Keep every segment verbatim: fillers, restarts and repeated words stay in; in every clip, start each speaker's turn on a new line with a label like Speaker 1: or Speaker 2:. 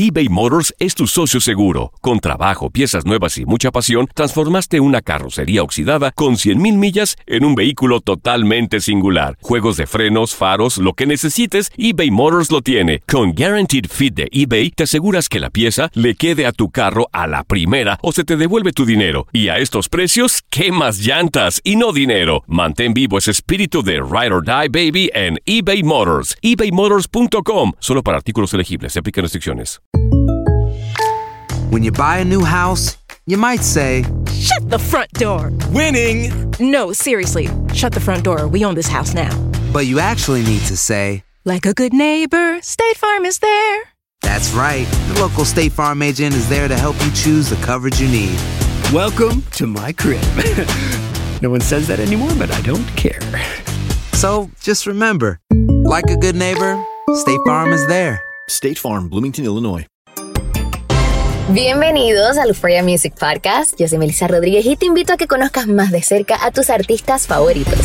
Speaker 1: eBay Motors es tu socio seguro. Con trabajo, piezas nuevas y mucha pasión, transformaste una carrocería oxidada con cien mil millas en un vehículo totalmente singular. Juegos de frenos, faros, lo que necesites, eBay Motors lo tiene. Con Guaranteed Fit de eBay, te aseguras que la pieza le quede a tu carro a la primera o se te devuelve tu dinero. Y a estos precios, ¿qué más llantas y no dinero? Mantén vivo ese espíritu de Ride or Die, baby, en eBay Motors. ebay motors punto com. Solo para artículos elegibles. Se aplican restricciones.
Speaker 2: When you buy a new house, you might say,
Speaker 3: "Shut the front door."
Speaker 4: Winning!
Speaker 3: No, seriously. Shut the front door. We own this house now.
Speaker 2: But you actually need to say,
Speaker 3: like a good neighbor, State Farm is there.
Speaker 2: That's right. The local State Farm agent is there to help you choose the coverage you need.
Speaker 4: Welcome to my crib. No one says that anymore, but I don't care.
Speaker 2: So just remember, like a good neighbor, State Farm is there.
Speaker 5: State Farm, Bloomington, Illinois.
Speaker 6: Bienvenidos al Euphoria Music Podcast. Yo soy Melissa Rodríguez y te invito a que conozcas más de cerca a tus artistas favoritos.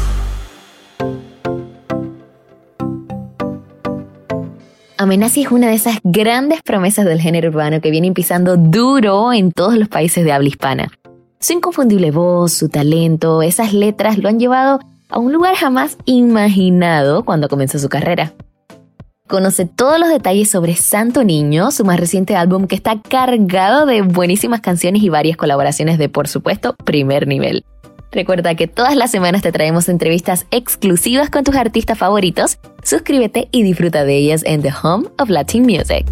Speaker 6: Amenazi es una de esas grandes promesas del género urbano que vienen pisando duro en todos los países de habla hispana. Su inconfundible voz, su talento, esas letras lo han llevado a un lugar jamás imaginado cuando comenzó su carrera. Conoce todos los detalles sobre Santo Niño, su más reciente álbum que está cargado de buenísimas canciones y varias colaboraciones de, por supuesto, primer nivel. Recuerda que todas las semanas te traemos entrevistas exclusivas con tus artistas favoritos. Suscríbete y disfruta de ellas en The Home of Latin Music.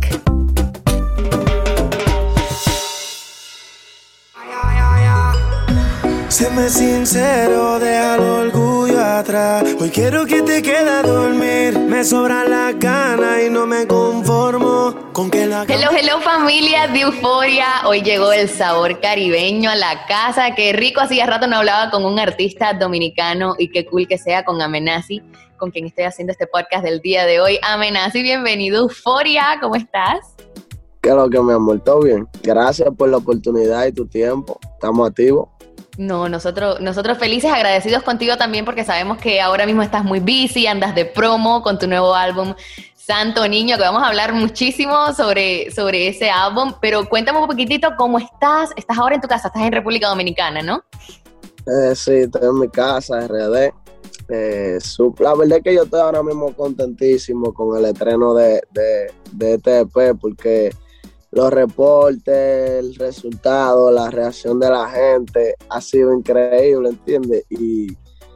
Speaker 7: Séme sincero, deja el orgullo atrás. Hoy quiero que te quedes a dormir. Me sobran las ganas y no me conformo con que la...
Speaker 6: Hello, hello familia de Euphoria. Hoy llegó el sabor caribeño a la casa. Qué rico, hacía rato no hablaba con un artista dominicano y qué cool que sea con Amenazi, con quien estoy haciendo este podcast del día de hoy. Amenazi, bienvenido a Euphoria, ¿cómo estás?
Speaker 8: ¿Qué es lo que me amor? ¿Todo bien? Gracias por la oportunidad y tu tiempo. Estamos activos.
Speaker 6: No, nosotros, nosotros felices, agradecidos contigo también porque sabemos que ahora mismo estás muy busy, andas de promo con tu nuevo álbum Santo Niño, que vamos a hablar muchísimo sobre, sobre ese álbum, pero cuéntame un poquitito cómo estás. Estás ahora en tu casa, estás en República Dominicana, ¿no?
Speaker 8: Eh, sí, estoy en mi casa, R D. Eh, su, la verdad es que yo estoy ahora mismo contentísimo con el estreno de, de, de este E P porque los reportes, el resultado, la reacción de la gente ha sido increíble, ¿entiendes? Y,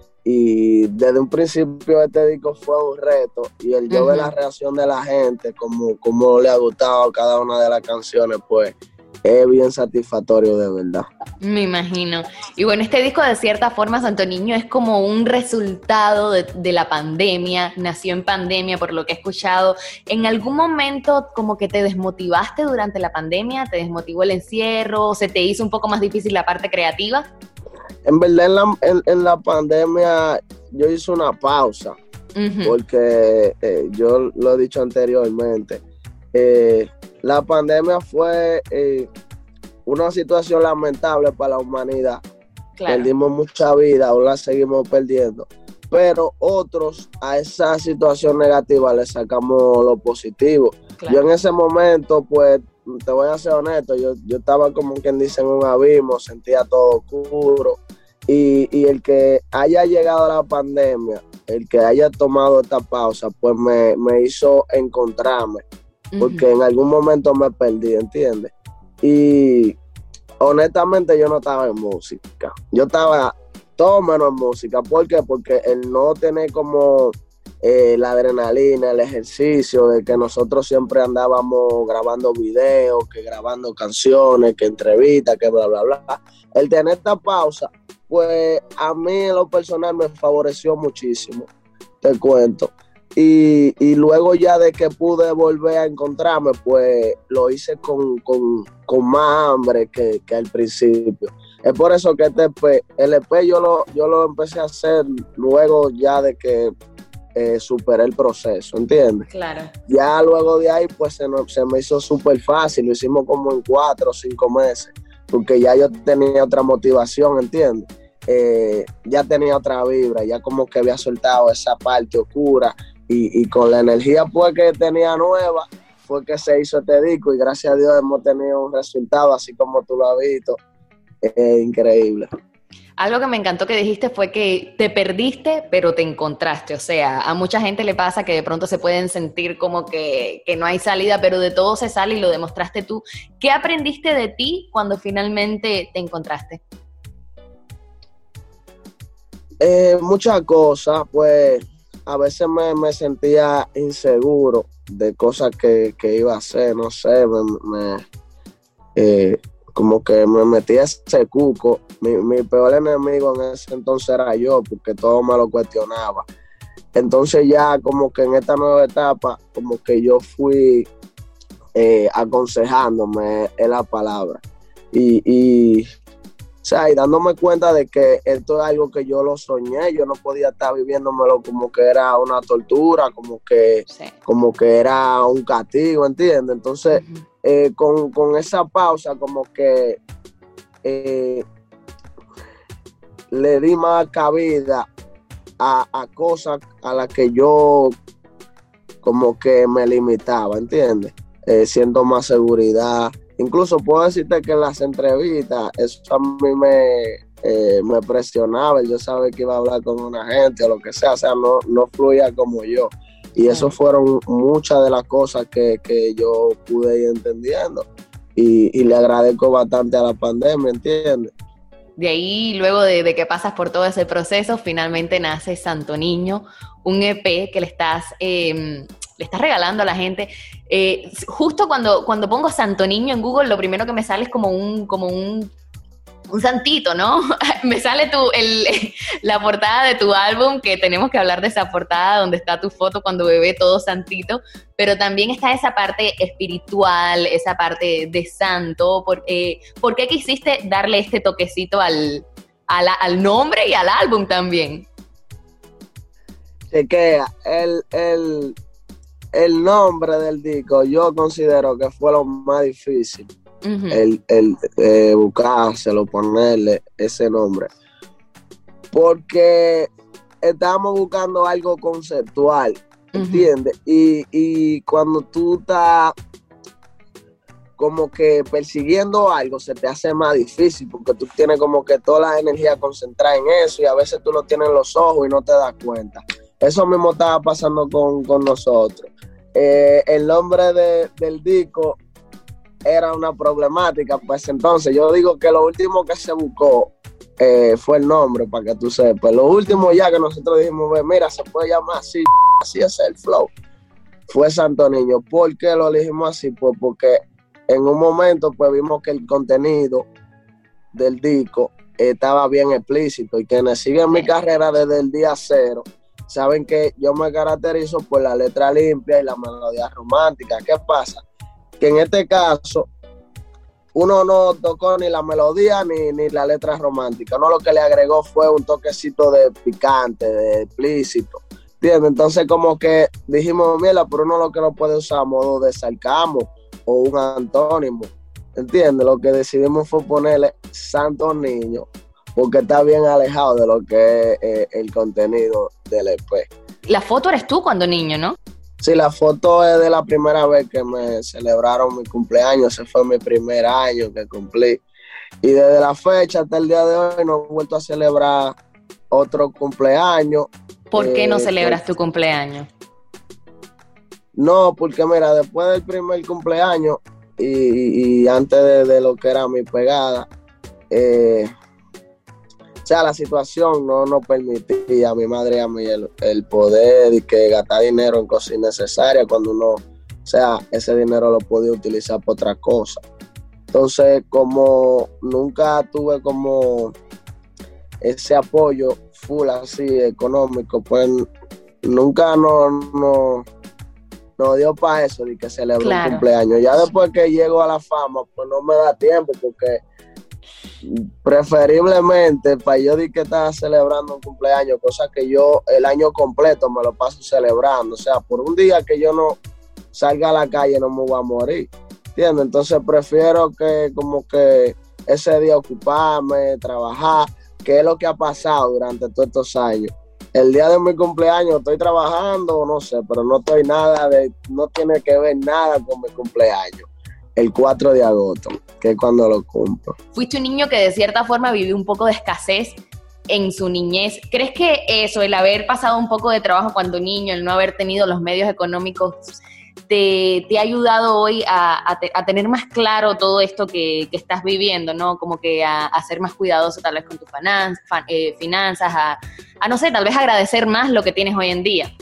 Speaker 8: y desde un principio este disco fue un reto y el yo uh-huh. ver la reacción de la gente, como, como le ha gustado cada una de las canciones, pues es bien satisfactorio de verdad.
Speaker 6: Me imagino. Y bueno, este disco de cierta forma, Santo Niño, es como un resultado de, de la pandemia, nació en pandemia por lo que he escuchado. ¿En algún momento como que te desmotivaste durante la pandemia? ¿Te desmotivó el encierro? ¿O se te hizo un poco más difícil la parte creativa?
Speaker 8: En verdad en la, en, en la pandemia yo hice una pausa, uh-huh. porque eh, yo lo he dicho anteriormente, eh, la pandemia fue eh, una situación lamentable para la humanidad. Claro. Perdimos mucha vida, aún la seguimos perdiendo. Pero otros a esa situación negativa le sacamos lo positivo. Claro. Yo en ese momento, pues, te voy a ser honesto, yo, yo estaba como quien dice en un abismo, sentía todo oscuro. Y, y el que haya llegado a la pandemia, el que haya tomado esta pausa, pues me, me hizo encontrarme. Porque uh-huh. en algún momento me perdí, ¿entiendes? Y honestamente yo no estaba en música. Yo estaba todo menos en música. ¿Por qué? Porque el no tener como eh, la adrenalina, el ejercicio de que nosotros siempre andábamos grabando videos, que grabando canciones, que entrevistas, que bla, bla, bla. El tener esta pausa, pues a mí en lo personal me favoreció muchísimo, te cuento. Y, y luego ya de que pude volver a encontrarme, pues lo hice con, con, con más hambre que, que al principio. Es por eso que este E P, el E P yo lo, yo lo empecé a hacer luego ya de que eh, superé el proceso, ¿entiendes?
Speaker 6: Claro.
Speaker 8: Ya luego de ahí, pues se, nos, se me hizo súper fácil, lo hicimos como en cuatro o cinco meses, porque ya yo tenía otra motivación, ¿entiendes? Eh, ya tenía otra vibra, ya como que había soltado esa parte oscura. Y, y con la energía pues que tenía nueva, fue que se hizo este disco y gracias a Dios hemos tenido un resultado así como tú lo has visto, eh, increíble.
Speaker 6: Algo que me encantó que dijiste fue que te perdiste, pero te encontraste. O sea, a mucha gente le pasa que de pronto se pueden sentir como que, que no hay salida, pero de todo se sale y lo demostraste tú. ¿Qué aprendiste de ti cuando finalmente te encontraste?
Speaker 8: Eh, muchas cosas, pues a veces me, me sentía inseguro de cosas que, que iba a hacer, no sé, me... me eh, como que me metí a ese cuco. Mi, mi peor enemigo en ese entonces era yo, porque todo me lo cuestionaba. Entonces ya como que en esta nueva etapa, como que yo fui eh, aconsejándome en la palabra. Y, y, o sea, y dándome cuenta de que esto es algo que yo lo soñé, yo no podía estar viviéndomelo como que era una tortura, como que, sí. como que era un castigo, ¿entiendes? Entonces... Uh-huh. Eh, con, con esa pausa como que eh, le di más cabida a, a cosas a las que yo como que me limitaba, ¿entiendes? Eh, siento más seguridad. Incluso puedo decirte que en las entrevistas eso a mí me, eh, me presionaba. Yo sabía que iba a hablar con una gente o lo que sea, o sea, no, no fluía como yo. Y eso fueron muchas de las cosas que, que yo pude ir entendiendo. Y, y le agradezco bastante a la pandemia, ¿entiendes?
Speaker 6: De ahí, luego de, de que pasas por todo ese proceso, finalmente nace Santo Niño, un E P que le estás, eh, le estás regalando a la gente. Eh, justo cuando, cuando pongo Santo Niño en Google, lo primero que me sale es como un... Como un un santito, ¿no? Me sale tu, el, la portada de tu álbum, que tenemos que hablar de esa portada donde está tu foto cuando bebé todo santito, pero también está esa parte espiritual, esa parte de santo. ¿Por, eh, ¿por qué quisiste darle este toquecito al, al, al nombre y al álbum también?
Speaker 8: Chequea, el, el, el nombre del disco yo considero que fue lo más difícil. Uh-huh. El, el eh, buscárselo, ponerle ese nombre, porque estábamos buscando algo conceptual, ¿entiendes? Uh-huh. Y, y cuando tú estás como que persiguiendo algo, se te hace más difícil, porque tú tienes como que toda la energía concentrada en eso, y a veces tú lo tienes en los ojos y no te das cuenta. Eso mismo estaba pasando con, con nosotros. Eh, el nombre de, del disco era una problemática, pues entonces yo digo que lo último que se buscó eh, fue el nombre, para que tú sepas. Lo último ya que nosotros dijimos, mira, se puede llamar así, así es el flow, fue Santo Niño. ¿Por qué lo elegimos así? Pues porque en un momento pues vimos que el contenido del disco estaba bien explícito, y quienes siguen mi carrera desde el día cero saben que yo me caracterizo por la letra limpia y la melodía romántica. ¿Qué pasa? Que en este caso uno no tocó ni la melodía ni, ni la letra romántica, uno lo que le agregó fue un toquecito de picante, de explícito, ¿entiendes? Entonces como que dijimos, mira, pero uno lo que no puede usar a modo de sarcasmo o un antónimo, ¿entiendes? Lo que decidimos fue ponerle Santo Niño, porque está bien alejado de lo que es eh, el contenido del E P.
Speaker 6: La foto eres tú cuando niño, ¿no?
Speaker 8: Sí, la foto es de la primera vez que me celebraron mi cumpleaños. Ese fue mi primer año que cumplí. Y desde la fecha hasta el día de hoy no he vuelto a celebrar otro cumpleaños.
Speaker 6: ¿Por qué no
Speaker 8: eh,
Speaker 6: celebras
Speaker 8: pues,
Speaker 6: tu cumpleaños?
Speaker 8: No, porque mira, después del primer cumpleaños y, y, y antes de, de lo que era mi pegada, eh, o sea, la situación no nos permitía a mi madre y a mí el, el poder y que gastar dinero en cosas innecesarias cuando uno, o sea, ese dinero lo podía utilizar para otra cosa. Entonces, como nunca tuve como ese apoyo full así económico, pues nunca nos no, no dio para eso de que celebró claro. un cumpleaños. Ya después que llego a la fama, pues no me da tiempo, porque preferiblemente para yo decir que estaba celebrando un cumpleaños, cosa que yo el año completo me lo paso celebrando, o sea, por un día que yo no salga a la calle no me voy a morir, ¿entiendes? Entonces prefiero que como que ese día ocuparme, trabajar, que es lo que ha pasado durante todos estos años, el día de mi cumpleaños estoy trabajando, no sé, pero no estoy nada de, no tiene que ver nada con mi cumpleaños. El cuatro de agosto, que es cuando lo cumplo.
Speaker 6: Fuiste un niño que de cierta forma vivió un poco de escasez en su niñez. ¿Crees que eso, el haber pasado un poco de trabajo cuando niño, el no haber tenido los medios económicos, te, te ha ayudado hoy a, a, te, a tener más claro todo esto que, que estás viviendo, ¿no? Como que a, a ser más cuidadoso tal vez con tus finan, fan, eh, finanzas, a, a, no sé, tal vez agradecer más lo que tienes hoy en día.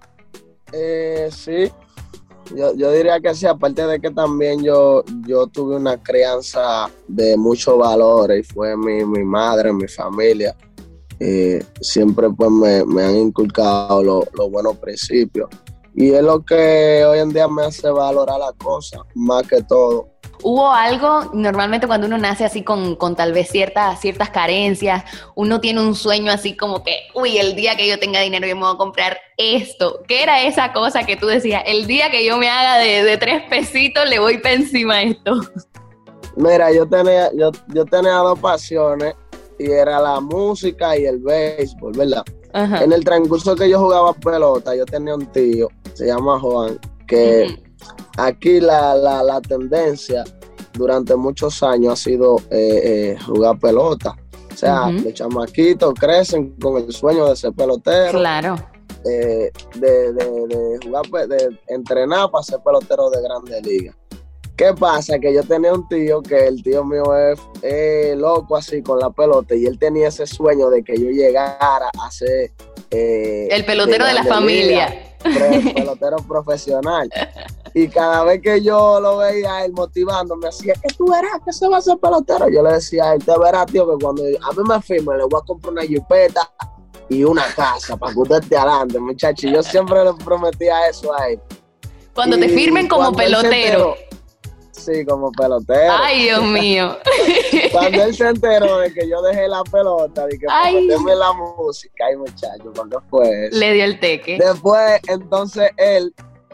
Speaker 8: Eh, sí. Yo, yo diría que sí, aparte de que también yo, yo tuve una crianza de muchos valores y fue mi, mi madre, mi familia. Eh, siempre pues me, me han inculcado los lo buenos principios y es lo que hoy en día me hace valorar las cosas más que todo.
Speaker 6: ¿Hubo algo, normalmente cuando uno nace así con, con tal vez ciertas, ciertas carencias, uno tiene un sueño así como que, uy, el día que yo tenga dinero yo me voy a comprar esto? ¿Qué era esa cosa que tú decías? El día que yo me haga de, de tres pesitos le voy para encima a esto.
Speaker 8: Mira, yo tenía, yo, yo tenía dos pasiones y era la música y el béisbol, ¿verdad? Ajá. En el transcurso que yo jugaba pelota, yo tenía un tío, se llama Juan, que... Uh-huh. Aquí la, la, la tendencia durante muchos años ha sido eh, eh, jugar pelota. O sea, uh-huh. los chamaquitos crecen con el sueño de ser pelotero.
Speaker 6: Claro.
Speaker 8: Eh, de, de, de jugar, de entrenar para ser pelotero de Grandes Ligas. ¿Qué pasa? Que yo tenía un tío que el tío mío es eh, loco así con la pelota y él tenía ese sueño de que yo llegara a ser... Eh,
Speaker 6: el pelotero de, de la familia.
Speaker 8: Liga, pelotero profesional. Y cada vez que yo lo veía él motivándome, decía, que tú verás que se va a hacer pelotero. Yo le decía a él, te verás, tío, que cuando a mí me firme le voy a comprar una jipeta y una casa para que usted esté adelante, muchacho. Yo siempre le prometía eso a él.
Speaker 6: Cuando y te firmen como pelotero.
Speaker 8: Sí, como pelotero.
Speaker 6: Ay, Dios mío.
Speaker 8: Cuando él se enteró de que yo dejé la pelota, de que meterme la música, ay, muchacho, ¿cuándo fue eso?
Speaker 6: Le dio el teque.
Speaker 8: Después, entonces, él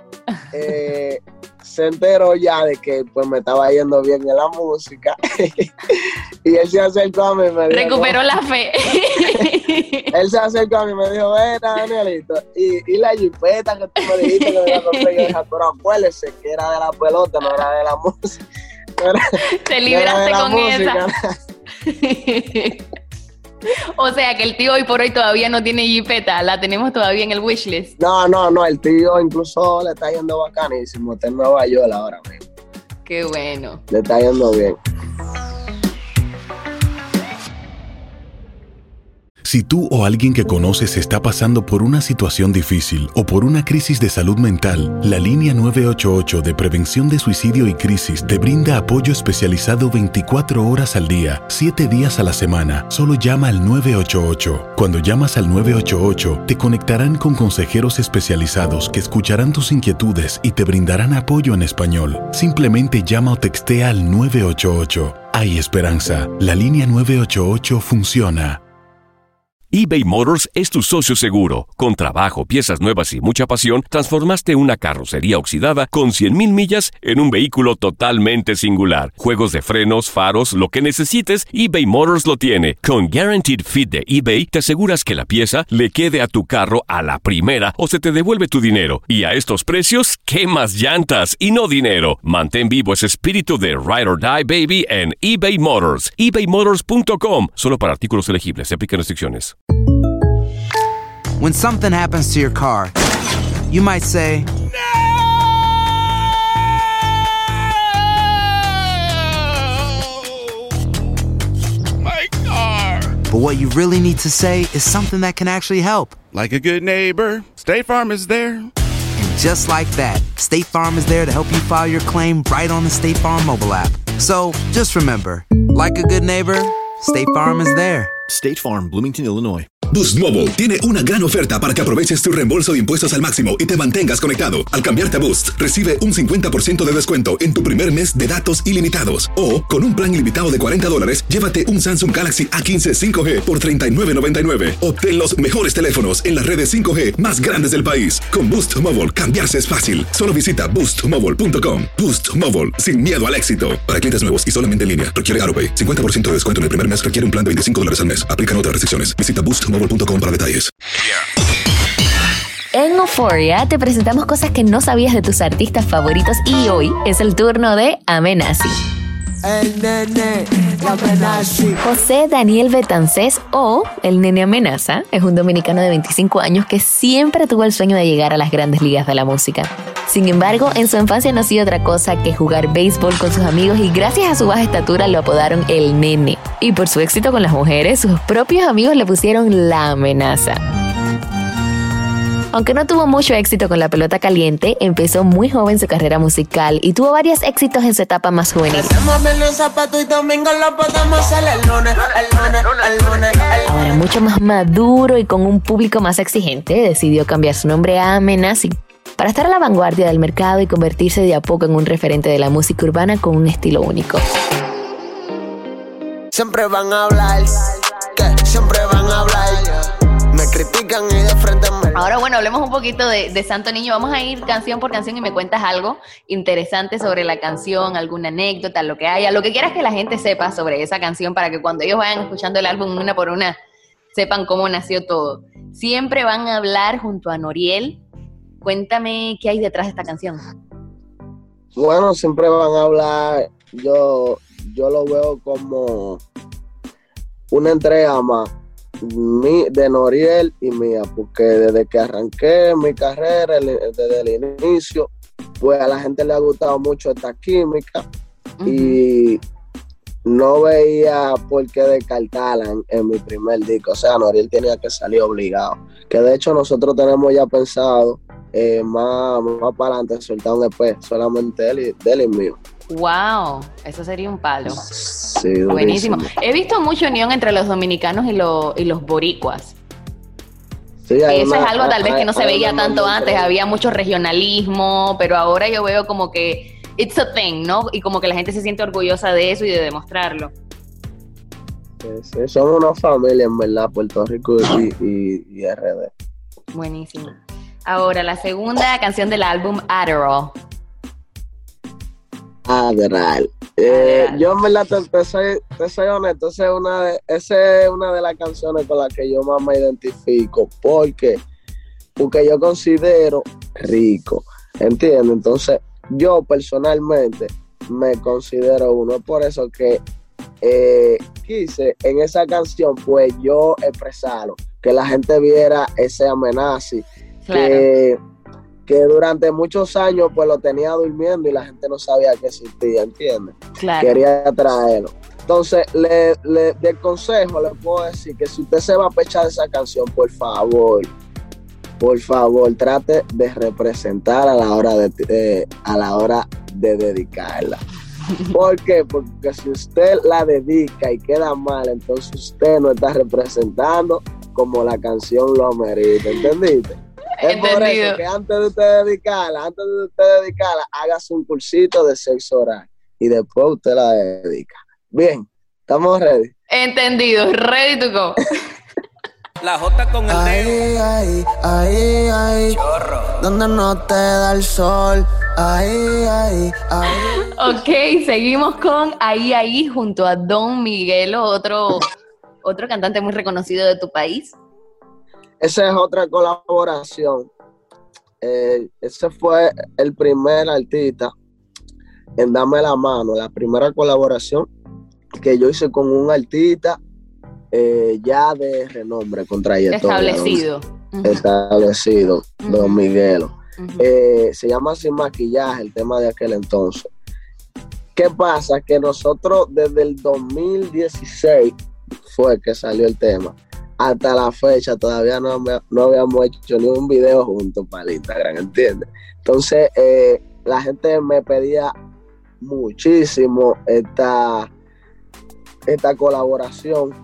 Speaker 8: eh, se enteró ya de que pues me estaba yendo bien en la música y él se acercó a mí y me dijo...
Speaker 6: Recuperó la fe.
Speaker 8: Él se acercó a mí y me dijo, ven, Danielito, y, y la jipeta que tú me dijiste que me la compré, yo dije, pero acuérdese que era de la pelota, no era de la música. No era,
Speaker 6: te libraste
Speaker 8: no
Speaker 6: con música. Esa. O sea que el tío hoy por hoy todavía no tiene jipeta, la tenemos todavía en el wishlist.
Speaker 8: No, no, no, el tío incluso le está yendo bacanísimo, está en Nueva York ahora mismo.
Speaker 6: Qué bueno.
Speaker 8: Le está yendo bien.
Speaker 9: Si tú o alguien que conoces está pasando por una situación difícil o por una crisis de salud mental, la línea nueve ocho ocho de Prevención de Suicidio y Crisis te brinda apoyo especializado veinticuatro horas al día, siete días a la semana. Solo llama al nueve ocho ocho. Cuando llamas al nueve ocho ocho, te conectarán con consejeros especializados que escucharán tus inquietudes y te brindarán apoyo en español. Simplemente llama o textea al nueve ocho ocho. Hay esperanza. La línea nueve ocho ocho funciona.
Speaker 1: eBay Motors es tu socio seguro. Con trabajo, piezas nuevas y mucha pasión, transformaste una carrocería oxidada con cien mil millas en un vehículo totalmente singular. Juegos de frenos, faros, lo que necesites, eBay Motors lo tiene. Con Guaranteed Fit de eBay, te aseguras que la pieza le quede a tu carro a la primera o se te devuelve tu dinero. Y a estos precios, ¿qué más llantas y no dinero? Mantén vivo ese espíritu de Ride or Die, baby, en eBay Motors. ebay motors punto com. Solo para artículos elegibles. Se aplican restricciones.
Speaker 2: When something happens to your car, you might say,
Speaker 10: No! My car!
Speaker 2: But what you really need to say is something that can actually help.
Speaker 10: Like a good neighbor, State Farm is there.
Speaker 2: And just like that, State Farm is there to help you file your claim right on the State Farm mobile app. So just remember, like a good neighbor, State Farm is there.
Speaker 5: State Farm, Bloomington, Illinois.
Speaker 11: Boost Mobile tiene una gran oferta para que aproveches tu reembolso de impuestos al máximo y te mantengas conectado. Al cambiarte a Boost, recibe un cincuenta por ciento de descuento en tu primer mes de datos ilimitados. O, con un plan ilimitado de cuarenta dólares, llévate un Samsung Galaxy A quince cinco G por treinta y nueve noventa y nueve. Obtén los mejores teléfonos en las redes cinco G más grandes del país. Con Boost Mobile, cambiarse es fácil. Solo visita boost mobile punto com. Boost Mobile, sin miedo al éxito. Para clientes nuevos y solamente en línea, requiere AutoPay. cincuenta por ciento de descuento en el primer mes requiere un plan de veinticinco dólares al mes. Aplican otras restricciones. Visita boost mobile boostmobile punto com para detalles.
Speaker 6: En Euphoria te presentamos cosas que no sabías de tus artistas favoritos y hoy es el turno de Amenazi.
Speaker 7: El nene, la Amenazi.
Speaker 6: José Daniel Betancés, o el Nene Amenaza, es un dominicano de veinticinco años que siempre tuvo el sueño de llegar a las grandes ligas de la música. Sin embargo, en su infancia no hacía otra cosa que jugar béisbol con sus amigos y gracias a su baja estatura lo apodaron el Nene. Y por su éxito con las mujeres, sus propios amigos le pusieron la Amenaza. Aunque no tuvo mucho éxito con la pelota caliente, empezó muy joven su carrera musical y tuvo varios éxitos en su etapa más juvenil. Ahora mucho más maduro y con un público más exigente, decidió cambiar su nombre a Amenazi para estar a la vanguardia del mercado y convertirse de a poco en un referente de la música urbana con un estilo único.
Speaker 7: Siempre van a hablar, que siempre van a hablar. Me critican y de frente me...
Speaker 6: Ahora, bueno, hablemos un poquito de, de Santo Niño. Vamos a ir canción por canción y me cuentas algo interesante sobre la canción, alguna anécdota, lo que haya, lo que quieras que la gente sepa sobre esa canción para que cuando ellos vayan escuchando el álbum una por una, sepan cómo nació todo. Siempre van a hablar junto a Noriel. Cuéntame qué hay detrás de esta canción.
Speaker 8: Bueno, siempre van a hablar, yo, yo lo veo como una entrega más Mi, de Noriel y mía, porque desde que arranqué mi carrera, el, desde el inicio, pues a la gente le ha gustado mucho esta química. Uh-huh. Y no veía por qué descartarla en, en mi primer disco. O sea, Noriel tenía que salir obligado. Que de hecho nosotros tenemos ya pensado eh, más, más para adelante soltar un E P, solamente él y, de él y mío.
Speaker 6: Wow, eso sería un palo.
Speaker 8: Sí,
Speaker 6: buenísimo. He visto mucha unión entre los dominicanos y, lo, y los boricuas.
Speaker 8: Sí,
Speaker 6: eso
Speaker 8: una,
Speaker 6: es algo tal vez
Speaker 8: hay,
Speaker 6: que no se veía tanto antes,
Speaker 8: increíble.
Speaker 6: Había mucho regionalismo, pero ahora yo veo como que it's a thing, ¿no? Y como que la gente se siente orgullosa de eso y de demostrarlo.
Speaker 8: Sí, sí, somos una familia en verdad, Puerto Rico y, y, y R D.
Speaker 6: Buenísimo. Ahora, la segunda canción del álbum, Adderall.
Speaker 8: Adderall. Eh, yo en verdad te, te, soy, te soy honesto, esa es, una de, esa es una de las canciones con las que yo más me identifico, porque, porque yo considero rico, ¿entiendes? Entonces yo personalmente me considero uno, es por eso que eh, quise en esa canción pues yo expresarlo, que la gente viera ese Amenazi, claro. que que durante muchos años pues lo tenía durmiendo y la gente no sabía que existía, ¿entiendes?
Speaker 6: Claro.
Speaker 8: Quería traerlo. Entonces, le, le, de consejo le puedo decir que si usted se va a pechar esa canción, por favor, por favor, trate de representar a la hora de, eh, a la hora de dedicarla. ¿Por qué? Porque si usted la dedica y queda mal, entonces usted no está representando como la canción lo amerita, ¿entendiste? Es por eso que antes de usted dedicarla, antes de usted dedicarla, hágase un cursito de sexo oral y después usted la dedica. Bien, ¿estamos ready?
Speaker 6: Entendido, ready to go.
Speaker 7: La J con el ay, dedo. Ay, ay, ay, chorro. Donde no te da el sol. Ay, ay, ay.
Speaker 6: Ok, seguimos con Ahí, ahí, junto a Don Miguelo, otro, otro cantante muy reconocido de tu país.
Speaker 8: Esa es otra colaboración. Eh, ese fue el primer artista en Dame la Mano, la primera colaboración que yo hice con un artista eh, ya de renombre, con trayectoria.
Speaker 6: Establecido.
Speaker 8: ¿No? Uh-huh. Establecido, uh-huh. Don Miguelo. Uh-huh. Eh, se llama Sin Maquillaje, el tema de aquel entonces. ¿Qué pasa? Que nosotros desde el dos mil dieciséis fue que salió el tema. Hasta la fecha todavía no, me, no habíamos hecho ni un video juntos para el Instagram, ¿entiendes? Entonces eh, la gente me pedía muchísimo esta, esta colaboración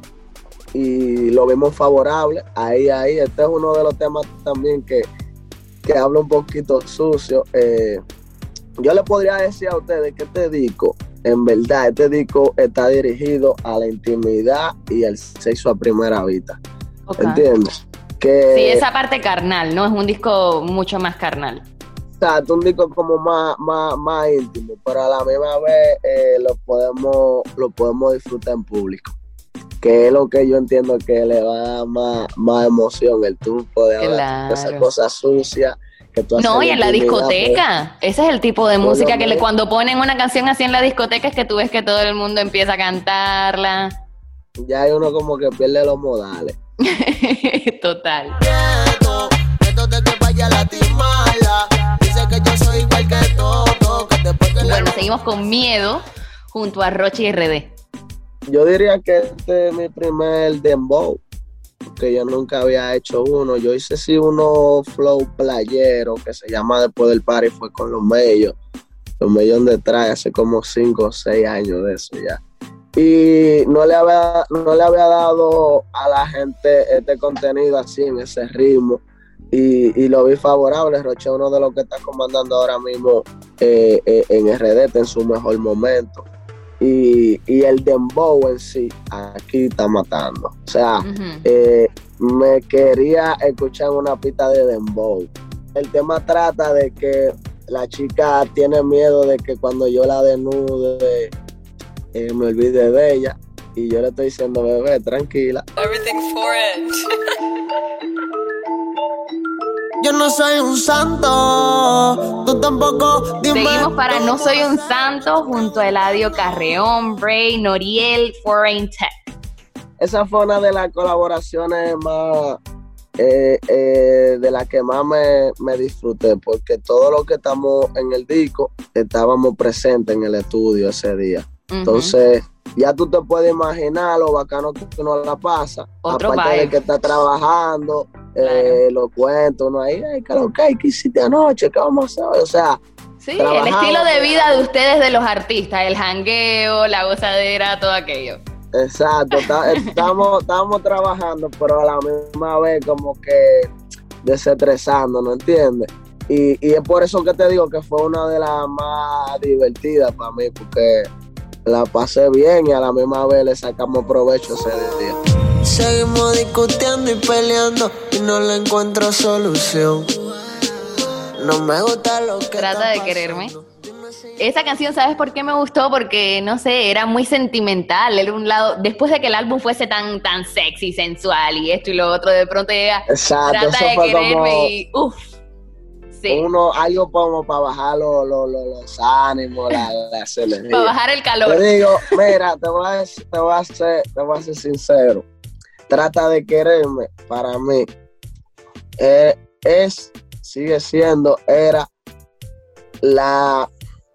Speaker 8: y lo vimos favorable. Ahí, ahí, este es uno de los temas también que, que habla un poquito sucio. Eh, yo le podría decir a ustedes que este disco, en verdad, este disco está dirigido a la intimidad y al sexo a primera vista. Okay. ¿Entiendes? Que,
Speaker 6: sí, esa parte carnal, ¿no? Es un disco mucho más carnal.
Speaker 8: Exacto, un disco como más, más, más íntimo, pero a la misma vez eh, lo, podemos, lo podemos disfrutar en público. que es lo que yo entiendo que le va a dar más, más emoción, el truco de hablar
Speaker 6: Claro.
Speaker 8: de esas cosas sucias que tú haces.
Speaker 6: No, y en la
Speaker 8: intimidad,
Speaker 6: discoteca.
Speaker 8: pues.
Speaker 6: Ese es el tipo de
Speaker 8: Por
Speaker 6: música
Speaker 8: lo
Speaker 6: que le,
Speaker 8: menos.
Speaker 6: cuando ponen una canción así en la discoteca es que tú ves que todo el mundo empieza a cantarla.
Speaker 8: Ya hay uno como que pierde los modales.
Speaker 6: Total.
Speaker 7: Miedo, miedo de que vaya a lastimarla. Dice que yo soy igual que todo, que después que
Speaker 6: Bueno,
Speaker 7: la...
Speaker 6: seguimos con Miedo junto a Rochi R D.
Speaker 8: Yo diría que este es mi primer dembow, porque yo nunca había hecho uno. Yo hice sí uno flow playero, que se llama Después del Party, fue con los Mellos. Los Mellos detrás, hace como cinco o seis años de eso ya. Y no le había, no le había dado a la gente este contenido así, en ese ritmo. Y, y lo vi favorable. Roche es uno de los que está comandando ahora mismo eh, eh, en R D T en su mejor momento. Y, y el dembow en sí, aquí está matando. O sea,
Speaker 6: Uh-huh.
Speaker 8: eh, me quería escuchar una pista de dembow. El tema trata de que la chica tiene miedo de que cuando yo la desnude, eh, me olvide de ella. Y yo le estoy diciendo, bebé, tranquila.
Speaker 12: Everything for it.
Speaker 7: Yo no soy un santo, tú tampoco, dime.
Speaker 6: Seguimos para No Soy un Santo junto a Eladio Carreón, Bray, Noriel, Foreign Tech.
Speaker 8: Esa fue una de las colaboraciones más, eh, eh, de las que más me, me disfruté, porque todos los que estamos en el disco estábamos presentes en el estudio ese día. Uh-huh. Entonces, ya tú te puedes imaginar lo bacano que uno la pasa.
Speaker 6: Otro
Speaker 8: aparte
Speaker 6: vibe.
Speaker 8: de que está trabajando,
Speaker 6: claro.
Speaker 8: eh, lo cuento, uno ahí, ay, ¿qué, ¿qué hiciste anoche? ¿Qué vamos a hacer? O sea,
Speaker 6: sí, el estilo de vida de ustedes, de los artistas, el jangueo, la gozadera, todo aquello.
Speaker 8: Exacto, está, estamos, estamos trabajando, pero a la misma vez como que desestresando, ¿no entiendes? Y, y es por eso que te digo que fue una de las más divertidas para mí, porque la pasé bien y a la misma vez le sacamos provecho ese día.
Speaker 7: Seguimos discutiendo y peleando y no le encuentro solución. No me gusta lo que
Speaker 6: Trata de quererme. Esa canción, ¿sabes por qué me gustó? Porque, no sé, era muy sentimental. Era un lado, después de que el álbum fuese tan, tan sexy, sensual y esto y lo otro, de pronto llega,
Speaker 8: exacto,
Speaker 6: Trata de quererme como... y uff.
Speaker 8: Sí. Uno, algo como para bajar lo, lo, lo, los ánimos, la, las energías.
Speaker 6: Para bajar el calor.
Speaker 8: Te digo, mira, te voy a, te voy a, ser, te voy a ser sincero. Trata de quererme, para mí, eh, es, sigue siendo, era la,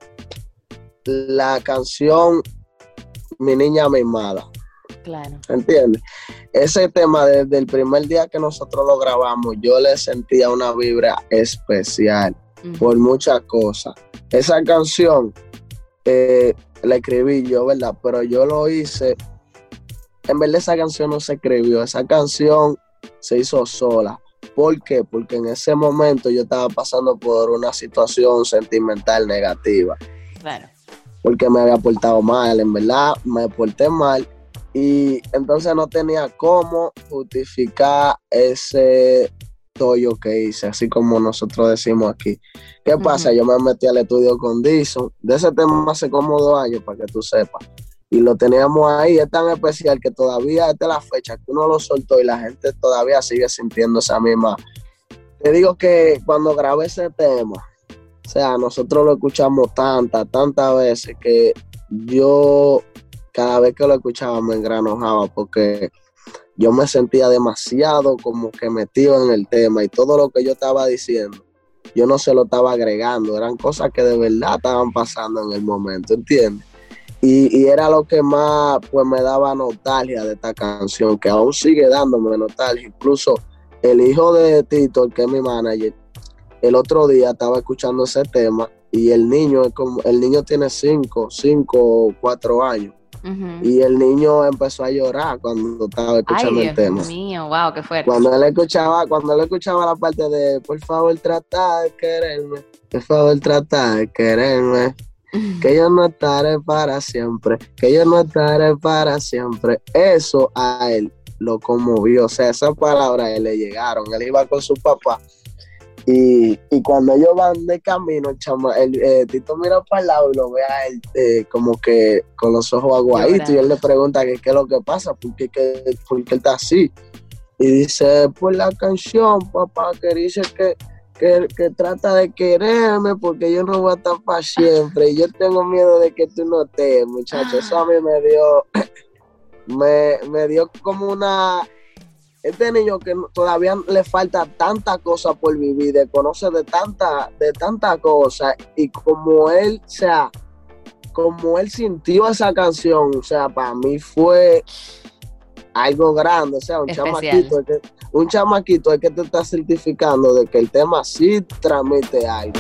Speaker 8: la canción Mi Niña Mimada.
Speaker 6: Claro.
Speaker 8: ¿Entiendes? Ese tema, desde el primer día que nosotros lo grabamos, yo le sentía una vibra especial uh-huh. por muchas cosas. Esa canción eh, la escribí yo, ¿verdad? Pero yo lo hice. En verdad, esa canción no se escribió. Esa canción se hizo sola. ¿Por qué? Porque en ese momento yo estaba pasando por una situación sentimental negativa.
Speaker 6: Claro.
Speaker 8: Porque me había portado mal. En verdad, me porté mal. Y entonces no tenía cómo justificar ese tollo que hice, así como nosotros decimos aquí. ¿Qué pasa? Uh-huh. Yo me metí al estudio con Dixon, de ese tema hace como dos años, para que tú sepas. Y lo teníamos ahí, es tan especial que todavía esta es la fecha que uno lo soltó y la gente todavía sigue sintiendo esa misma. Te digo que cuando grabé ese tema, o sea, nosotros lo escuchamos tantas, tantas veces que yo... cada vez que lo escuchaba me engranojaba porque yo me sentía demasiado como que metido en el tema y todo lo que yo estaba diciendo, yo no se lo estaba agregando, eran cosas que de verdad estaban pasando en el momento, ¿entiendes? Y, y era lo que más pues me daba nostalgia de esta canción, que aún sigue dándome nostalgia. Incluso el hijo de Tito, el que es mi manager, el otro día estaba escuchando ese tema y el niño es como, el niño tiene cinco, cinco o cuatro años. Uh-huh. Y el niño empezó a llorar cuando estaba escuchando
Speaker 6: Ay,
Speaker 8: el tema.
Speaker 6: Dios mío, wow, qué fuerte.
Speaker 8: Cuando él escuchaba, cuando él escuchaba la parte de por favor trata de quererme, por favor trata de quererme, uh-huh. que yo no estaré para siempre, que yo no estaré para siempre. Eso a él lo conmovió, o sea, esas palabras a él le llegaron. Él iba con su papá Y, y cuando ellos van de camino, el, chama, el eh, Tito mira para el lado y lo ve a él eh, como que con los ojos aguaditos, y él le pregunta qué es lo que pasa, por qué, que, por qué él está así. Y dice, pues la canción, papá, que dice que, que, que trata de quererme porque yo no voy a estar para siempre y yo tengo miedo de que tú no estés, muchachos. Eso a mí me dio, me, me dio como una... Este niño que todavía le falta tanta cosa por vivir, de conocer de tanta, de tanta cosa, y como él, o sea, como él sintió esa canción, o sea, para mí fue algo grande, o sea, un Especial. chamaquito, es que, un chamaquito es que te está certificando de que el tema sí transmite algo.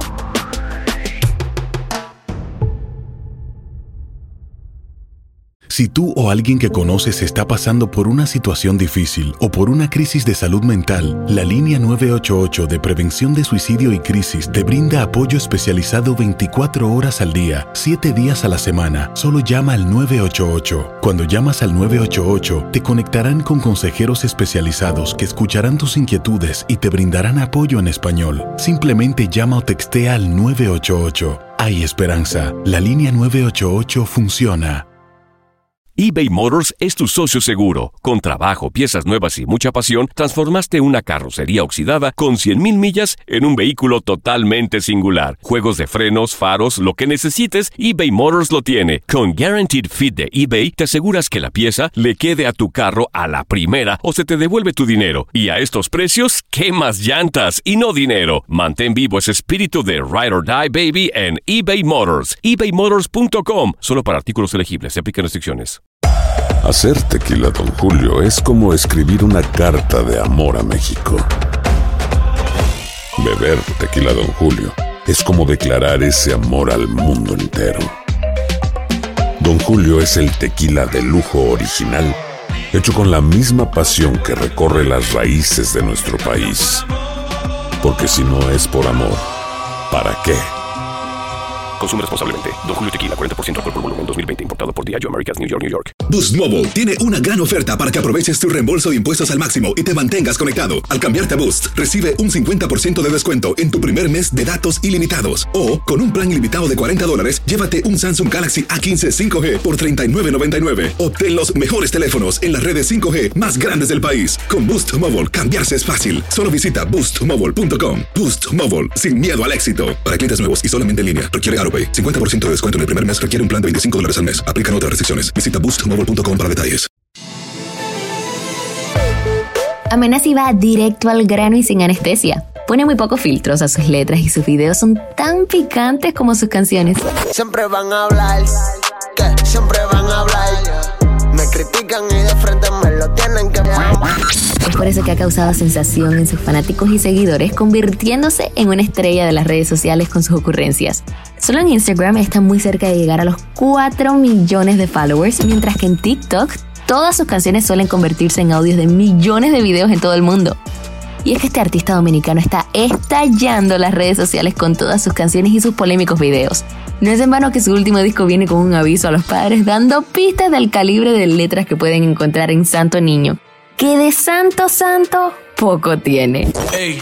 Speaker 9: Si tú o alguien que conoces está pasando por una situación difícil o por una crisis de salud mental, la línea nueve ocho ocho de Prevención de Suicidio y Crisis te brinda apoyo especializado veinticuatro horas al día, siete días a la semana. Solo llama al nueve ocho ocho. Cuando llamas al nueve ocho ocho, te conectarán con consejeros especializados que escucharán tus inquietudes y te brindarán apoyo en español. Simplemente llama o textea al nueve ocho ocho. Hay esperanza. La línea nueve ocho ocho funciona.
Speaker 1: eBay Motors es tu socio seguro. Con trabajo, piezas nuevas y mucha pasión, transformaste una carrocería oxidada con cien mil millas en un vehículo totalmente singular. Juegos de frenos, faros, lo que necesites, eBay Motors lo tiene. Con Guaranteed Fit de eBay, te aseguras que la pieza le quede a tu carro a la primera o se te devuelve tu dinero. Y a estos precios, ¿qué más llantas y no dinero? Mantén vivo ese espíritu de Ride or Die, baby, en eBay Motors. ebay motors punto com. Solo para artículos elegibles. Se aplican restricciones.
Speaker 12: Hacer tequila Don Julio es como escribir una carta de amor a México. Beber tequila Don Julio es como declarar ese amor al mundo entero. Don Julio es el tequila de lujo original, hecho con la misma pasión que recorre las raíces de nuestro país. Porque si no es por amor, ¿para qué?
Speaker 1: Consume responsablemente. Don Julio Tequila, cuarenta por ciento alcohol por volumen, dos mil veinte, importado por Diageo Americas, New York, New York.
Speaker 11: Boost Mobile tiene una gran oferta para que aproveches tu reembolso de impuestos al máximo y te mantengas conectado. Al cambiarte a Boost, recibe un cincuenta por ciento de descuento en tu primer mes de datos ilimitados. O, con un plan ilimitado de cuarenta dólares, llévate un Samsung Galaxy A quince cinco G por treinta y nueve noventa y nueve. Obtén los mejores teléfonos en las redes cinco G más grandes del país. Con Boost Mobile, cambiarse es fácil. Solo visita boost mobile punto com. Boost Mobile, sin miedo al éxito. Para clientes nuevos y solamente en línea, requiere AutoPay. cincuenta por ciento de descuento en el primer mes, requiere un plan de veinticinco dólares al mes. Aplican otras restricciones. Visita boost mobile punto com para detalles.
Speaker 6: Amenazi va directo al grano y sin anestesia. Pone muy pocos filtros a sus letras y sus videos son tan picantes como sus canciones.
Speaker 7: Siempre van a hablar, que siempre van a hablar. Me critican y de frente me lo tienen que...
Speaker 6: Es por eso que ha causado sensación en sus fanáticos y seguidores, convirtiéndose en una estrella de las redes sociales con sus ocurrencias. Solo en Instagram está muy cerca de llegar a los cuatro millones de followers, mientras que en TikTok todas sus canciones suelen convertirse en audios de millones de videos en todo el mundo. Y es que este artista dominicano está estallando las redes sociales con todas sus canciones y sus polémicos videos. No es en vano que su último disco viene con un aviso a los padres dando pistas del calibre de letras que pueden encontrar en Santo Niño, que de santo santo poco tiene.
Speaker 7: Hey.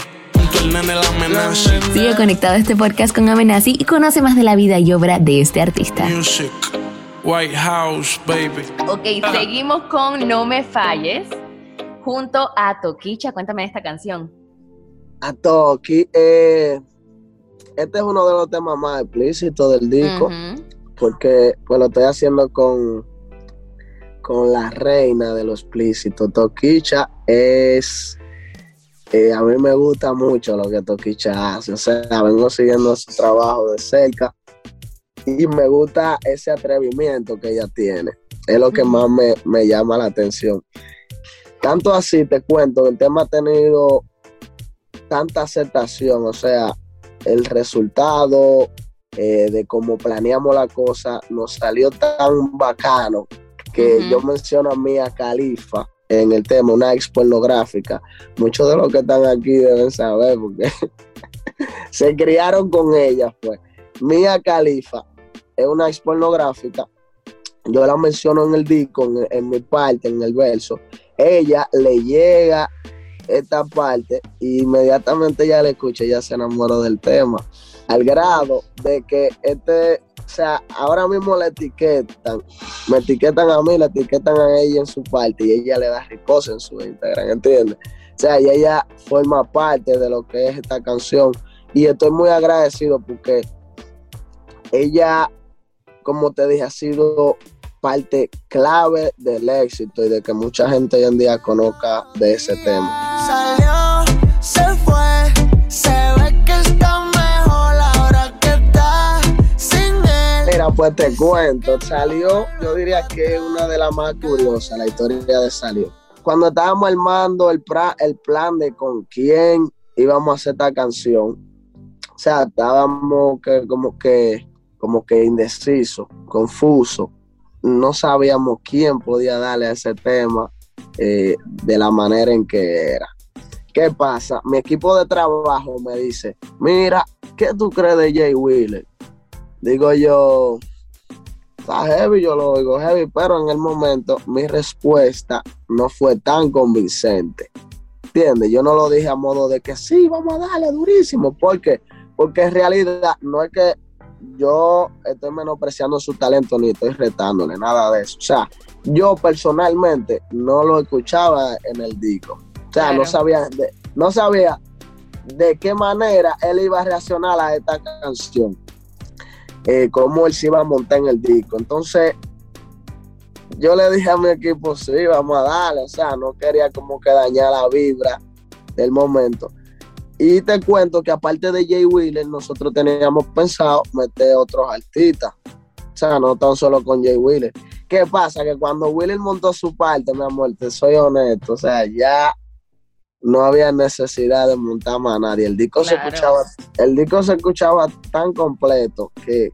Speaker 6: Sigue conectado a este podcast con Amenazi y conoce más de la vida y obra de este artista.
Speaker 7: Music, White House, baby.
Speaker 6: Ok, seguimos con No Me Falles junto a Toquicha. Cuéntame de esta canción.
Speaker 8: A Toqui, eh, este es uno de los temas más explícitos del disco, uh-huh. porque pues lo estoy haciendo con, con la reina de lo explícito. Toquicha es... Eh, a mí me gusta mucho lo que Toquicha hace, o sea, vengo siguiendo su trabajo de cerca y me gusta ese atrevimiento que ella tiene, es lo que más me, me llama la atención. Tanto así, te cuento, el tema ha tenido tanta aceptación, o sea, el resultado eh, de cómo planeamos la cosa nos salió tan bacano que uh-huh. yo menciono a Mia Khalifa en el tema, una ex pornográfica. Muchos de los que están aquí deben saber porque se criaron con ella, pues. Mia Khalifa es una ex pornográfica. Yo la menciono en el disco, en, en mi parte, en el verso. Ella le llega esta parte y inmediatamente ya le escuché, ya se enamoró del tema, al grado de que este, o sea, ahora mismo la etiquetan, me etiquetan a mí, la etiquetan a ella en su parte y ella le da riposte en su Instagram, ¿entiendes? O sea, y ella forma parte de lo que es esta canción y estoy muy agradecido porque ella, como te dije, ha sido parte clave del éxito y de que mucha gente hoy en día conozca de ese tema.
Speaker 7: Salió, se fue, se ve que está mejor ahora que está sin él.
Speaker 8: Mira, pues te cuento, Salió, yo diría que es una de las más curiosas, la historia de Salió. Cuando estábamos armando el, pra, el plan de con quién íbamos a hacer esta canción, o sea, estábamos que, como que como que indeciso, confuso. No sabíamos quién podía darle a ese tema eh, de la manera en que era. ¿Qué pasa? Mi equipo de trabajo me dice, mira, ¿qué tú crees de Jay Wheeler? Digo yo, está heavy, yo lo oigo heavy, pero en el momento mi respuesta no fue tan convincente. ¿Entiendes? Yo no lo dije a modo de que sí, vamos a darle durísimo. ¿Por qué? Porque en realidad no es que yo estoy menospreciando su talento ni estoy retándole, nada de eso. O sea, yo personalmente no lo escuchaba en el disco. O sea, claro. no sabía de, no sabía de qué manera él iba a reaccionar a esta canción, eh, cómo él se iba a montar en el disco. Entonces, yo le dije a mi equipo, sí, vamos a darle. O sea, no quería como que dañar la vibra del momento. Y te cuento que aparte de Jay Wheeler, nosotros teníamos pensado meter otros artistas. O sea, no tan solo con Jay Wheeler. ¿Qué pasa? Que cuando Wheeler montó su parte, mi amor, te soy honesto, o sea, ya no había necesidad de montar más a nadie. El disco, claro. se escuchaba, el disco se escuchaba tan completo que,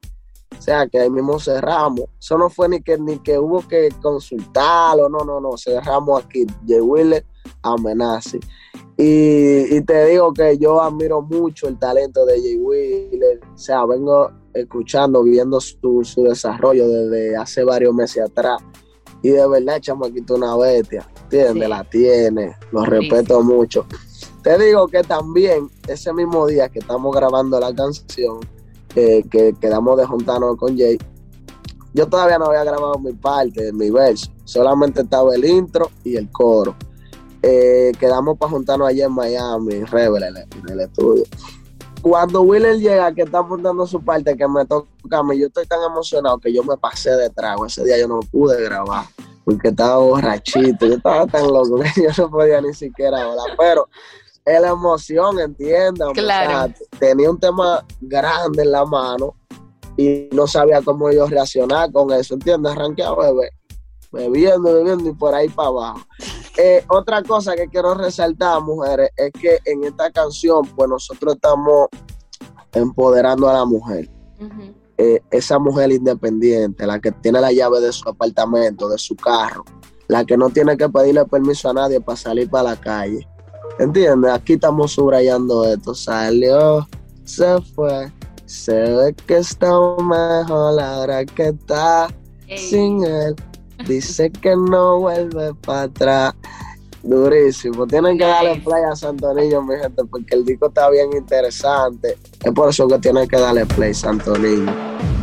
Speaker 8: o sea, que ahí mismo cerramos. Eso no fue ni que, ni que hubo que consultarlo, no, no, no, cerramos aquí. Jay Wheeler, Amenazi. Y, y te digo que yo admiro mucho el talento de Jay Wheeler. O sea, vengo escuchando, viendo su, su desarrollo desde hace varios meses atrás. Y de verdad, chamaquito, una bestia. ¿Entiendes? Sí. La tiene, lo sí. respeto mucho. Te digo que también, ese mismo día que estamos grabando la canción, eh, que quedamos de juntarnos con Jay, yo todavía no había grabado mi parte, mi verso. Solamente estaba el intro y el coro. Eh, quedamos para juntarnos allá en Miami, en Rebel, en el, en el estudio. Cuando Wheeler llega, que está apuntando su parte, que me toca a mí, yo estoy tan emocionado que yo me pasé de trago. Ese día yo no pude grabar porque estaba borrachito, yo estaba tan loco que yo no podía ni siquiera hablar, pero es la emoción, entiendan.
Speaker 6: Claro.
Speaker 8: O sea, tenía un tema grande en la mano y no sabía cómo yo reaccionar con eso, ¿entiendes? Arranqué a beber, bebiendo, bebiendo y por ahí para abajo. Eh, otra cosa que quiero resaltar, mujeres, es que en esta canción, pues nosotros estamos empoderando a la mujer. Uh-huh. Eh, esa mujer independiente, la que tiene la llave de su apartamento, de su carro, la que no tiene que pedirle permiso a nadie para salir para la calle. ¿Entiendes? Aquí estamos subrayando esto. Salió, se fue, se ve que está mejor ahora que está Ey. sin él. Dice que no vuelve para atrás. Durísimo. Tienen que darle play a Santo Niño, mi gente, porque el disco está bien interesante. Es por eso que tienen que darle play, Santo Niño.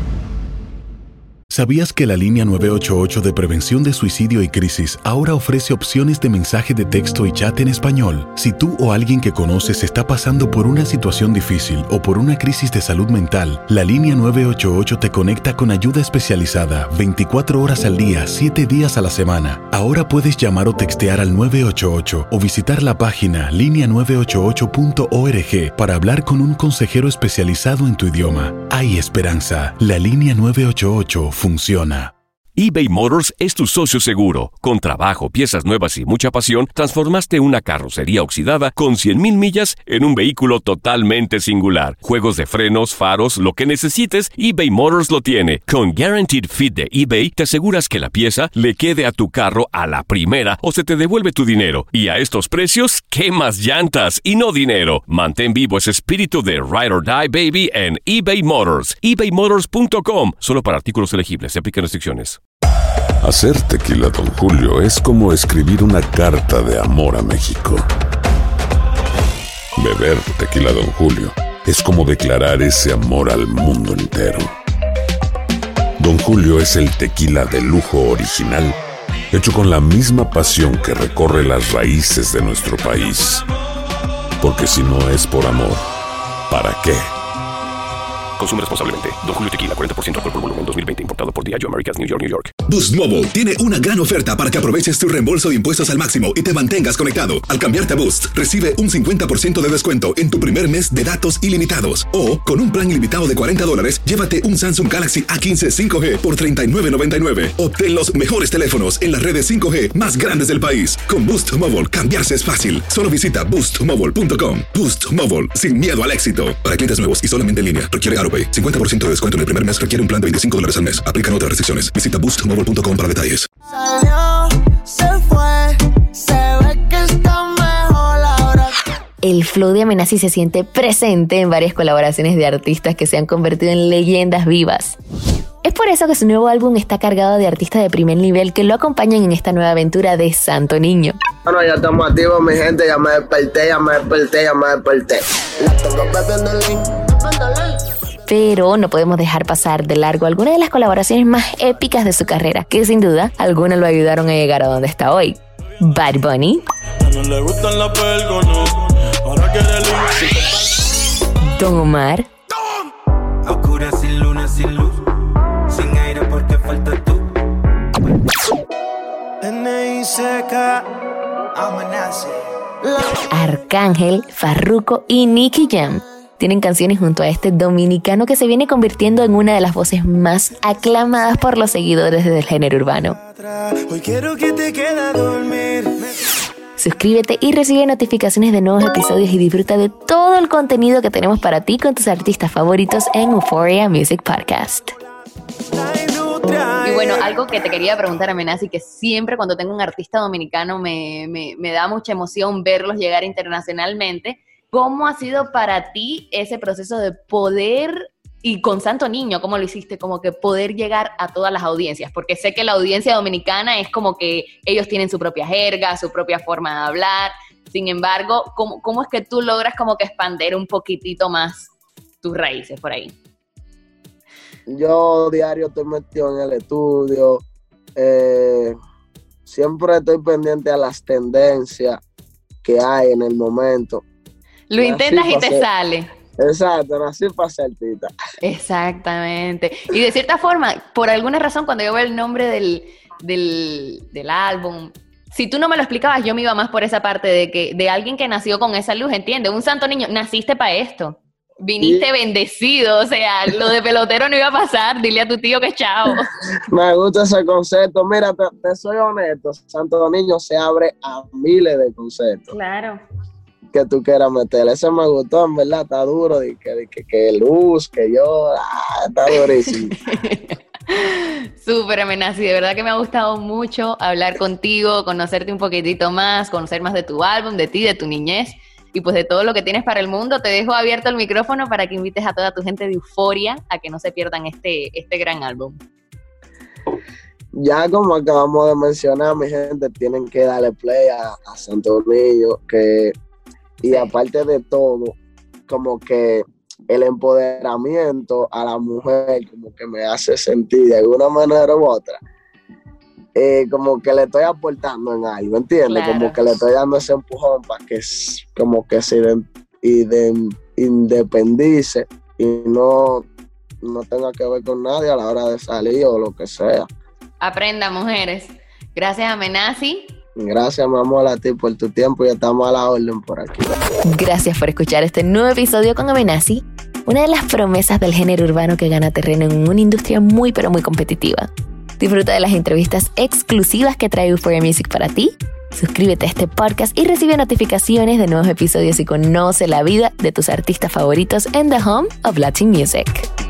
Speaker 9: ¿Sabías que la línea nueve ocho ocho de prevención de suicidio y crisis ahora ofrece opciones de mensaje de texto y chat en español? Si tú o alguien que conoces está pasando por una situación difícil o por una crisis de salud mental, la línea nueve ocho ocho te conecta con ayuda especializada veinticuatro horas al día, siete días a la semana. Ahora puedes llamar o textear al nueve ocho ocho o visitar la página línea nueve ocho ocho punto org para hablar con un consejero especializado en tu idioma. Hay esperanza. La línea nueve ocho ocho funciona.
Speaker 1: eBay Motors es tu socio seguro. Con trabajo, piezas nuevas y mucha pasión, transformaste una carrocería oxidada con cien mil millas en un vehículo totalmente singular. Juegos de frenos, faros, lo que necesites, eBay Motors lo tiene. Con Guaranteed Fit de eBay, te aseguras que la pieza le quede a tu carro a la primera o se te devuelve tu dinero. Y a estos precios, ¿qué más llantas y no dinero? Mantén vivo ese espíritu de Ride or Die, baby, en eBay Motors. ebay motors punto com. Solo para artículos elegibles. Se aplican restricciones.
Speaker 12: Hacer tequila Don Julio es como escribir una carta de amor a México. Beber tequila Don Julio es como declarar ese amor al mundo entero. Don Julio es el tequila de lujo original, hecho con la misma pasión que recorre las raíces de nuestro país. Porque si no es por amor, ¿para qué?
Speaker 1: Consume responsablemente. Don Julio Tequila, cuarenta por ciento alcohol por volumen, dos mil veinte. Importado por Diageo Americas, New York, New York.
Speaker 11: Boost Mobile tiene una gran oferta para que aproveches tu reembolso de impuestos al máximo y te mantengas conectado. Al cambiarte a Boost, recibe un cincuenta por ciento de descuento en tu primer mes de datos ilimitados. O, con un plan ilimitado de cuarenta dólares, llévate un Samsung Galaxy A quince cinco G por treinta y nueve noventa y nueve. Obtén los mejores teléfonos en las redes cinco G más grandes del país. Con Boost Mobile, cambiarse es fácil. Solo visita boost mobile punto com. Boost Mobile, sin miedo al éxito. Para clientes nuevos y solamente en línea, requiere AutoPay. cincuenta por ciento de descuento en el primer mes, requiere un plan de veinticinco dólares al mes. Aplican otras restricciones. Visita boost mobile punto com para detalles.
Speaker 7: Salió, se fue, se ve que está mejor ahora.
Speaker 6: El flow de Amenazi se siente presente en varias colaboraciones de artistas que se han convertido en leyendas vivas. Es por eso que su nuevo álbum está cargado de artistas de primer nivel que lo acompañan en esta nueva aventura de Santo Niño.
Speaker 8: Bueno, ya estamos activos, mi gente. Ya me desperté, ya me desperté, ya me desperté. La tengo bebiendo el link.
Speaker 6: Pero no podemos dejar pasar de largo algunas de las colaboraciones más épicas de su carrera, que sin duda algunas lo ayudaron a llegar a donde está hoy. Bad Bunny, Don Omar,
Speaker 7: Oscura sin luna, sin luz, sin aire porque falta tú. N I C K, Amenazi.
Speaker 6: Arcángel, Farruko y Nicky Jam tienen canciones junto a este dominicano que se viene convirtiendo en una de las voces más aclamadas por los seguidores del género urbano.
Speaker 7: Hoy quiero que te quedes a dormir.
Speaker 6: Suscríbete y recibe notificaciones de nuevos episodios y disfruta de todo el contenido que tenemos para ti con tus artistas favoritos en Euphoria Music Podcast.
Speaker 13: Y bueno, algo que te quería preguntar, Amenazi, que siempre cuando tengo un artista dominicano me, me, me da mucha emoción verlos llegar internacionalmente. ¿Cómo ha sido para ti ese proceso de poder, y con Santo Niño, cómo lo hiciste, como que poder llegar a todas las audiencias? Porque sé que la audiencia dominicana es como que ellos tienen su propia jerga, su propia forma de hablar. Sin embargo, ¿cómo, cómo es que tú logras como que expandir un poquitito más tus raíces por ahí?
Speaker 8: Yo diario estoy metido en el estudio. Eh, siempre estoy pendiente a las tendencias que hay en el momento.
Speaker 13: Lo intentas y te sale.
Speaker 8: Exacto, nací para ser artista.
Speaker 13: Exactamente. Y de cierta forma, por alguna razón, cuando yo veo el nombre del, del, del álbum, si tú no me lo explicabas, yo me iba más por esa parte de que de alguien que nació con esa luz, ¿entiendes? Un Santo Niño, naciste para esto. Viniste sí. Bendecido, o sea, lo de pelotero no iba a pasar. Dile a tu tío que chao.
Speaker 8: Me gusta ese concepto. Mira, te, te soy honesto, Santo Niño se abre a miles de conceptos.
Speaker 13: Claro.
Speaker 8: Que tú quieras meterle. Ese me gustó, en verdad, está duro. De que, de que, que luz, que yo, ah, está durísimo.
Speaker 13: Súper, Amenazi, de verdad que me ha gustado mucho hablar contigo, conocerte un poquitito más, conocer más de tu álbum, de ti, de tu niñez y pues de todo lo que tienes para el mundo. Te dejo abierto el micrófono para que invites a toda tu gente de Euphoria a que no se pierdan este, este gran álbum.
Speaker 8: Ya como acabamos de mencionar, mi gente, tienen que darle play a, a Santo Niño, que y aparte de todo, como que el empoderamiento a la mujer como que me hace sentir de alguna manera u otra, eh, como que le estoy aportando en algo, ¿entiendes? Claro. Como que le estoy dando ese empujón para que como que se independice y no, no tenga que ver con nadie a la hora de salir o lo que sea.
Speaker 13: Aprenda, mujeres. Gracias, Amenazi.
Speaker 8: Gracias, mi amor, a ti por tu tiempo y estamos a la orden por aquí.
Speaker 6: Gracias por escuchar este nuevo episodio con Amenazi, una de las promesas del género urbano que gana terreno en una industria muy pero muy competitiva. Disfruta de las entrevistas exclusivas que trae Euphoria Music para ti. Suscríbete a este podcast y recibe notificaciones de nuevos episodios y conoce la vida de tus artistas favoritos en The Home of Latin Music.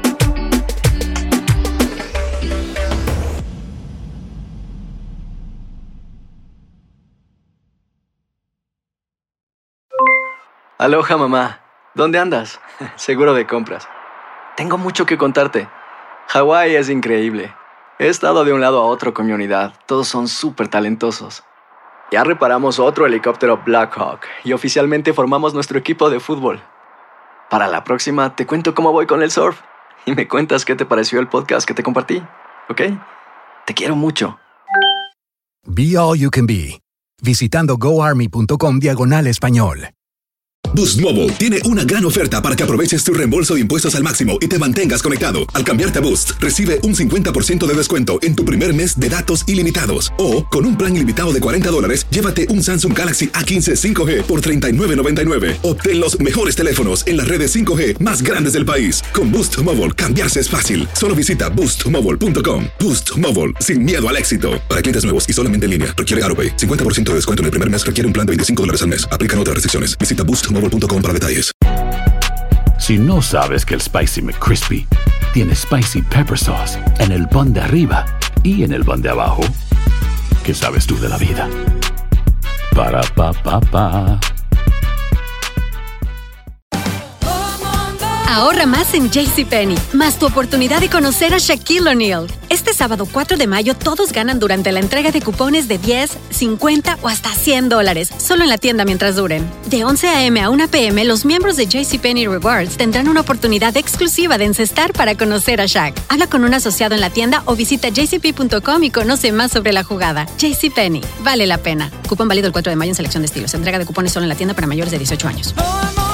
Speaker 4: Aloha, mamá. ¿Dónde andas? Seguro de compras. Tengo mucho que contarte. Hawái es increíble. He estado de un lado a otro con mi unidad. Todos son súper talentosos. Ya reparamos otro helicóptero Blackhawk y oficialmente formamos nuestro equipo de fútbol. Para la próxima te cuento cómo voy con el surf y me cuentas qué te pareció el podcast que te compartí, ¿ok? Te quiero mucho.
Speaker 14: Be All You Can Be, visitando goarmy.com diagonal español.
Speaker 11: Boost Mobile tiene una gran oferta para que aproveches tu reembolso de impuestos al máximo y te mantengas conectado. Al cambiarte a Boost, recibe un cincuenta por ciento de descuento en tu primer mes de datos ilimitados. O, con un plan ilimitado de cuarenta dólares, llévate un Samsung Galaxy A quince cinco G por treinta y nueve noventa y nueve. Obtén los mejores teléfonos en las redes cinco G más grandes del país. Con Boost Mobile, cambiarse es fácil. Solo visita boost mobile punto com. Boost Mobile, sin miedo al éxito. Para clientes nuevos y solamente en línea, requiere AutoPay. cincuenta por ciento de descuento en el primer mes requiere un plan de veinticinco dólares al mes. Aplican otras restricciones. Visita boost mobile punto com para detalles.
Speaker 15: Si no sabes que el Spicy McCrispy tiene Spicy Pepper Sauce en el pan de arriba y en el pan de abajo, ¿qué sabes tú de la vida? Para, pa, pa, pa.
Speaker 16: Ahorra más en JCPenney, más tu oportunidad de conocer a Shaquille O'Neal. Este sábado cuatro de mayo todos ganan durante la entrega de cupones de diez, cincuenta o hasta cien dólares, solo en la tienda mientras duren. De once a eme a una pe eme, los miembros de JCPenney Rewards tendrán una oportunidad exclusiva de encestar para conocer a Shaq. Habla con un asociado en la tienda o visita j c p punto com y conoce más sobre la jugada. JCPenney, vale la pena. Cupón válido el cuatro de mayo en selección de estilos. Entrega de cupones solo en la tienda para mayores de dieciocho años.